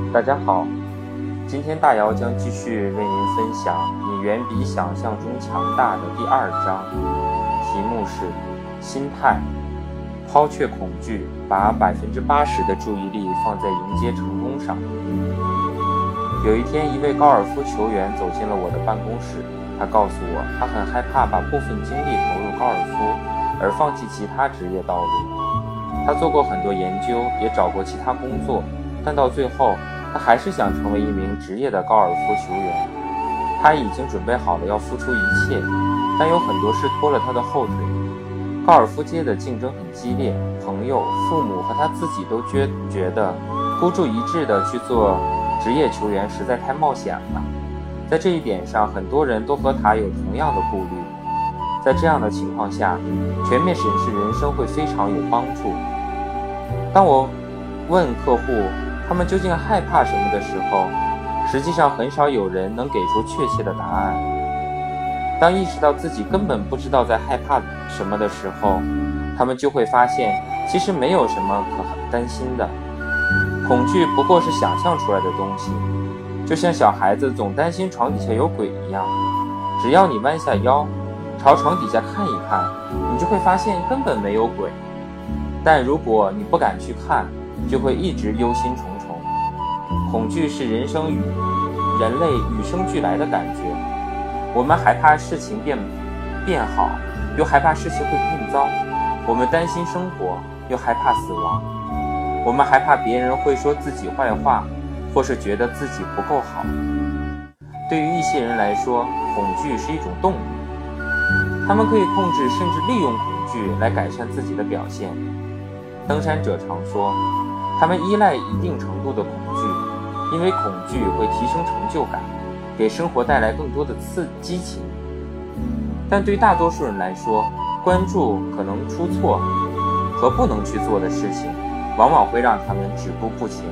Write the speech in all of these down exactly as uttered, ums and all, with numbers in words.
大家好，今天大姚将继续为您分享《你远比想象中强大》的第二章，题目是心态。抛却恐惧，把百分之八十的注意力放在迎接成功上。有一天，一位高尔夫球员走进了我的办公室，他告诉我，他很害怕把部分精力投入高尔夫，而放弃其他职业道路。他做过很多研究，也找过其他工作，但到最后，他还是想成为一名职业的高尔夫球员。他已经准备好了要付出一切，但有很多事拖了他的后腿。高尔夫界的竞争很激烈，朋友、父母和他自己都觉觉得孤注一掷地去做职业球员实在太冒险了。在这一点上，很多人都和他有同样的顾虑。在这样的情况下，全面审视人生会非常有帮助。当我问客户他们究竟害怕什么的时候，实际上很少有人能给出确切的答案。当意识到自己根本不知道在害怕什么的时候，他们就会发现其实没有什么可担心的。恐惧不过是想象出来的东西，就像小孩子总担心床底下有鬼一样。只要你弯下腰朝床底下看一看，你就会发现根本没有鬼。但如果你不敢去看，就会一直忧心忡忡。恐惧是人生与人类与生俱来的感觉。我们害怕事情变变好，又害怕事情会变糟。我们担心生活，又害怕死亡。我们害怕别人会说自己坏话，或是觉得自己不够好。对于一些人来说，恐惧是一种动力，他们可以控制甚至利用恐惧来改善自己的表现。登山者常说，他们依赖一定程度的恐惧，因为恐惧会提升成就感，给生活带来更多的刺激情。但对大多数人来说，关注可能出错和不能去做的事情，往往会让他们止步不前。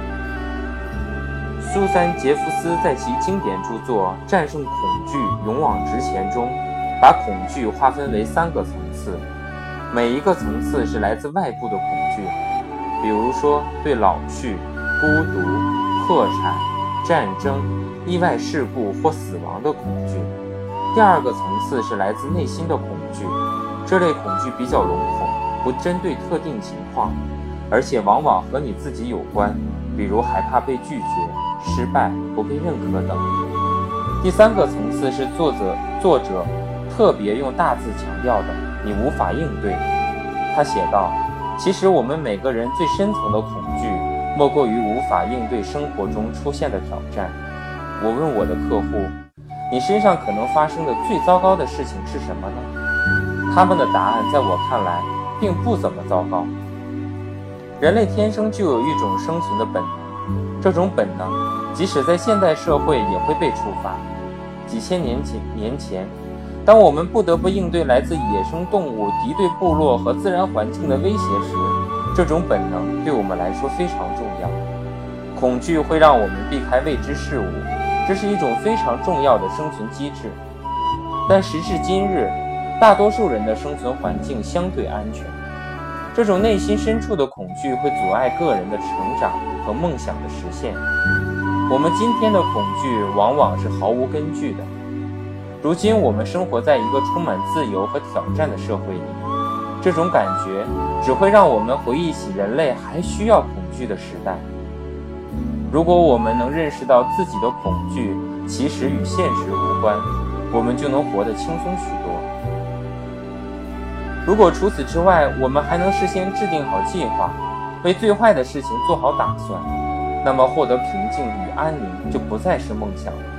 苏珊·杰弗斯在其经典著作《战胜恐惧，勇往直前》中，把恐惧划分为三个层次，每一个层次是来自外部的恐惧，比如说对老去、孤独、破产、战争、意外事故或死亡的恐惧。第二个层次是来自内心的恐惧，这类恐惧比较笼统，不针对特定情况，而且往往和你自己有关，比如害怕被拒绝、失败、不被认可等。第三个层次是作者作者特别用大字强调的，你无法应对。他写道，其实我们每个人最深层的恐惧莫过于无法应对生活中出现的挑战。我问我的客户，你身上可能发生的最糟糕的事情是什么呢？他们的答案在我看来并不怎么糟糕。人类天生就有一种生存的本能，这种本能即使在现代社会也会被触发。几千年前，当我们不得不应对来自野生动物、敌对部落和自然环境的威胁时，这种本能对我们来说非常重要。恐惧会让我们避开未知事物，这是一种非常重要的生存机制。但时至今日，大多数人的生存环境相对安全，这种内心深处的恐惧会阻碍个人的成长和梦想的实现。我们今天的恐惧往往是毫无根据的。如今我们生活在一个充满自由和挑战的社会里，这种感觉只会让我们回忆起人类还需要恐惧的时代。如果我们能认识到自己的恐惧其实与现实无关，我们就能活得轻松许多。如果除此之外，我们还能事先制定好计划，为最坏的事情做好打算，那么获得平静与安宁就不再是梦想了。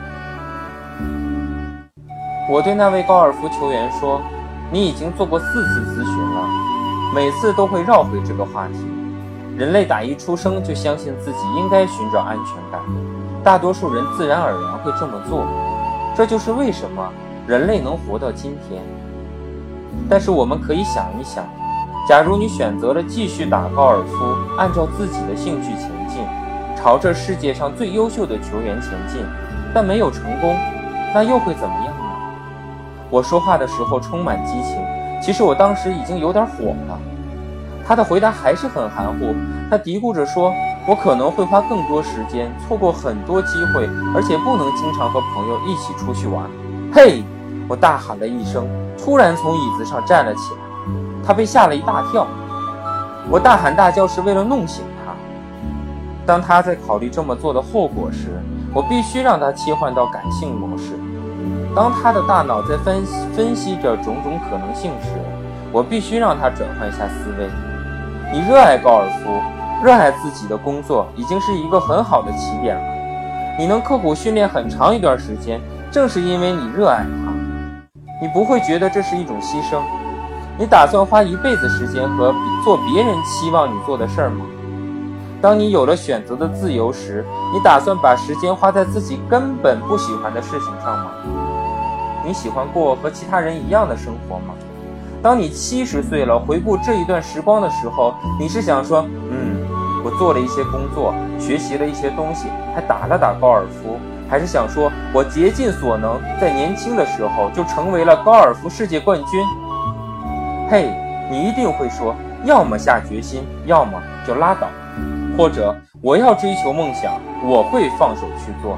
我对那位高尔夫球员说，你已经做过四次咨询了，每次都会绕回这个话题。人类打一出生就相信自己应该寻找安全感，大多数人自然而然会这么做，这就是为什么人类能活到今天。但是我们可以想一想，假如你选择了继续打高尔夫，按照自己的兴趣前进，朝着世界上最优秀的球员前进，但没有成功，那又会怎么样呢？我说话的时候充满激情，其实我当时已经有点火了。他的回答还是很含糊，他嘀咕着说， 我可能会花更多时间，错过很多机会，而且不能经常和朋友一起出去玩。嘿！我大喊了一声，突然从椅子上站了起来。他被吓了一大跳。我大喊大叫是为了弄醒他。当他在考虑这么做的后果时，我必须让他切换到感性模式。当他的大脑在分析分析着种种可能性时，我必须让他转换一下思维。你热爱高尔夫，热爱自己的工作，已经是一个很好的起点了。你能刻苦训练很长一段时间，正是因为你热爱它。你不会觉得这是一种牺牲？你打算花一辈子时间和做别人期望你做的事儿吗？当你有了选择的自由时，你打算把时间花在自己根本不喜欢的事情上吗？你喜欢过和其他人一样的生活吗？当你七十岁了，回顾这一段时光的时候，你是想说，嗯，我做了一些工作，学习了一些东西，还打了打高尔夫，还是想说我竭尽所能，在年轻的时候就成为了高尔夫世界冠军？嘿，你一定会说，要么下决心，要么就拉倒，或者我要追求梦想，我会放手去做。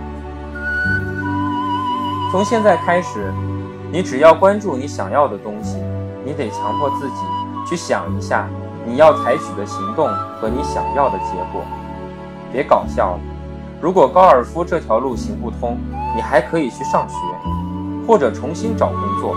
从现在开始，你只要关注你想要的东西，你得强迫自己去想一下你要采取的行动和你想要的结果。别搞笑了，如果高尔夫这条路行不通，你还可以去上学，或者重新找工作。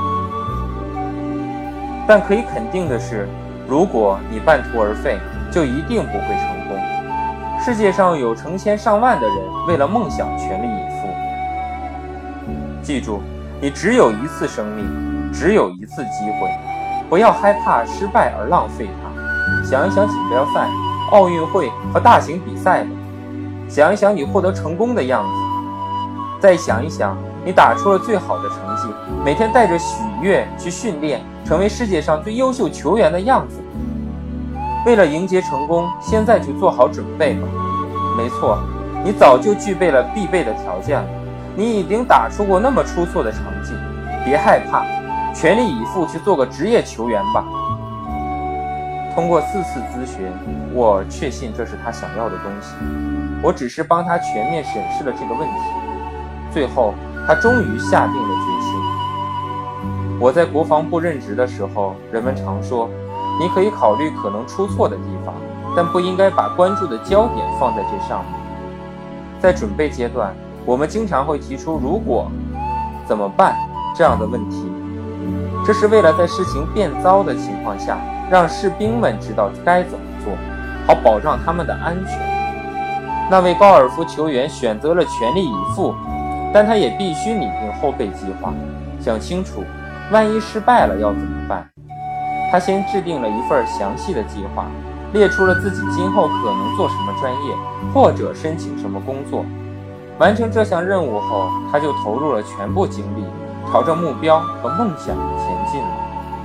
但可以肯定的是，如果你半途而废，就一定不会成功。世界上有成千上万的人为了梦想全力以赴。记住，你只有一次生命，只有一次机会，不要害怕失败而浪费它。想一想锦标赛、奥运会和大型比赛吧，想一想你获得成功的样子，再想一想你打出了最好的成绩，每天带着喜悦去训练，成为世界上最优秀球员的样子。为了迎接成功，现在就做好准备吧。没错，你早就具备了必备的条件了，你已经打出过那么出色的成绩，别害怕，全力以赴去做个职业球员吧。通过四次咨询，我确信这是他想要的东西。我只是帮他全面审视了这个问题，最后他终于下定了决心。我在国防部任职的时候，人们常说，你可以考虑可能出错的地方，但不应该把关注的焦点放在这上面。在准备阶段，我们经常会提出如果怎么办这样的问题，这是为了在事情变糟的情况下，让士兵们知道该怎么做，好保障他们的安全。那位高尔夫球员选择了全力以赴，但他也必须拟定后备计划，想清楚万一失败了要怎么办。他先制定了一份详细的计划，列出了自己今后可能做什么专业，或者申请什么工作。完成这项任务后，他就投入了全部精力，朝着目标和梦想前进了。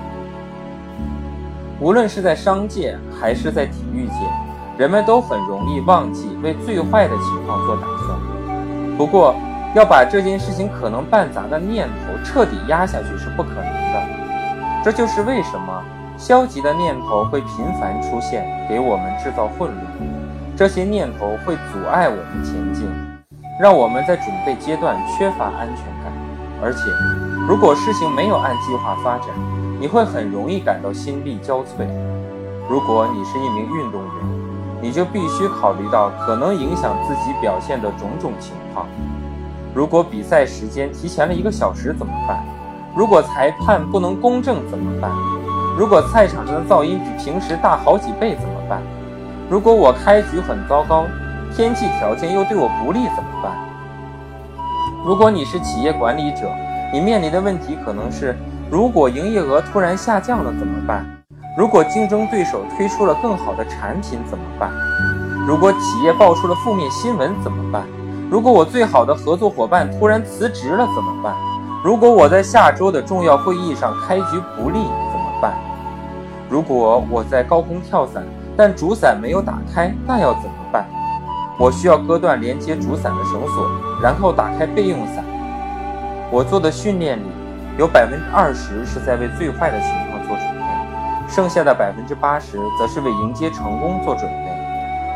无论是在商界还是在体育界，人们都很容易忘记为最坏的情况做打算。不过，要把这件事情可能办砸的念头彻底压下去是不可能的。这就是为什么消极的念头会频繁出现，给我们制造混乱。这些念头会阻碍我们前进，让我们在准备阶段缺乏安全感。而且，如果事情没有按计划发展，你会很容易感到心力交瘁。如果你是一名运动员，你就必须考虑到可能影响自己表现的种种情况。如果比赛时间提前了一个小时怎么办？如果裁判不能公正怎么办？如果赛场上的噪音比平时大好几倍怎么办？如果我开局很糟糕，天气条件又对我不利怎么办？如果你是企业管理者，你面临的问题可能是，如果营业额突然下降了怎么办？如果竞争对手推出了更好的产品怎么办？如果企业爆出了负面新闻怎么办？如果我最好的合作伙伴突然辞职了怎么办？如果我在下周的重要会议上开局不利怎么办？如果我在高空跳伞，但主伞没有打开，那要怎么办？我需要割断连接主伞的绳索，然后打开备用伞。我做的训练里，有百分之二十是在为最坏的情况做准备，剩下的百分之八十则是为迎接成功做准备。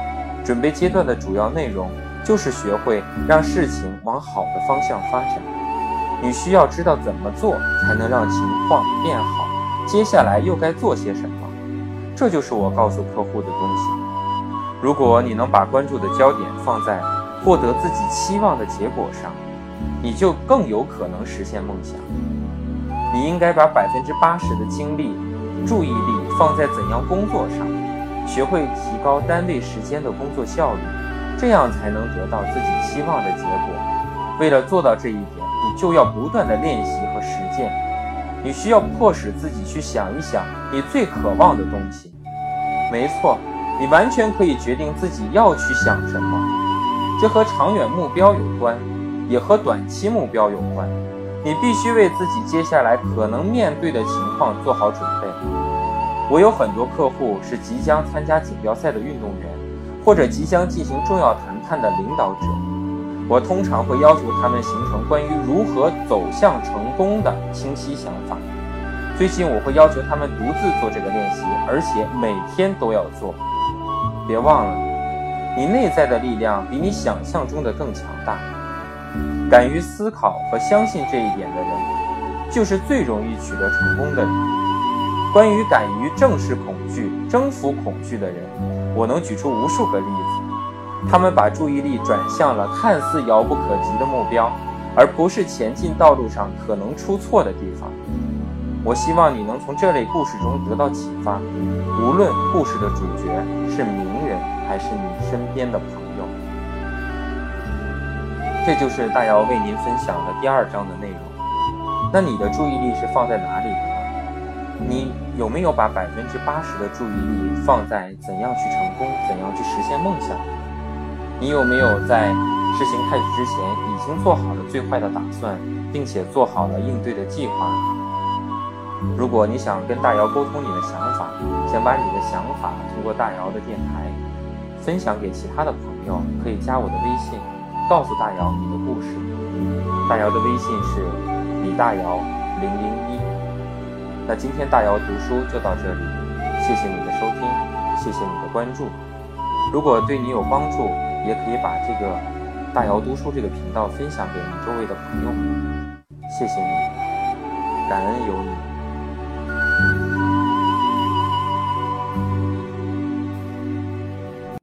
准备阶段的主要内容就是学会让事情往好的方向发展。你需要知道怎么做才能让情况变好，接下来又该做些什么。这就是我告诉客户的东西。如果你能把关注的焦点放在获得自己期望的结果上，你就更有可能实现梦想。你应该把百分之八十的精力、注意力放在怎样工作上，学会提高单位时间的工作效率，这样才能得到自己期望的结果。为了做到这一点，你就要不断的练习和实践。你需要迫使自己去想一想你最渴望的东西。没错，你完全可以决定自己要去想什么，这和长远目标有关，也和短期目标有关。你必须为自己接下来可能面对的情况做好准备。我有很多客户是即将参加锦标赛的运动员，或者即将进行重要谈判的领导者。我通常会要求他们形成关于如何走向成功的清晰想法。最近我会要求他们独自做这个练习，而且每天都要做。别忘了，你内在的力量比你想象中的更强大。敢于思考和相信这一点的人，就是最容易取得成功的人。关于敢于正视恐惧、征服恐惧的人，我能举出无数个例子。他们把注意力转向了看似遥不可及的目标，而不是前进道路上可能出错的地方。我希望你能从这类故事中得到启发，无论故事的主角是名人还是你身边的朋友。这就是大姚为您分享的第二章的内容。那你的注意力是放在哪里的呢？你有没有把百分之八十的注意力放在怎样去成功、怎样去实现梦想？你有没有在事情开始之前已经做好了最坏的打算，并且做好了应对的计划？如果你想跟大姚沟通你的想法，想把你的想法通过大姚的电台分享给其他的朋友，可以加我的微信，告诉大姚你的故事。大姚的微信是李大姚零零一。那今天大姚读书就到这里，谢谢你的收听，谢谢你的关注。如果对你有帮助，也可以把这个大姚读书这个频道分享给你周围的朋友们。谢谢你，感恩有你。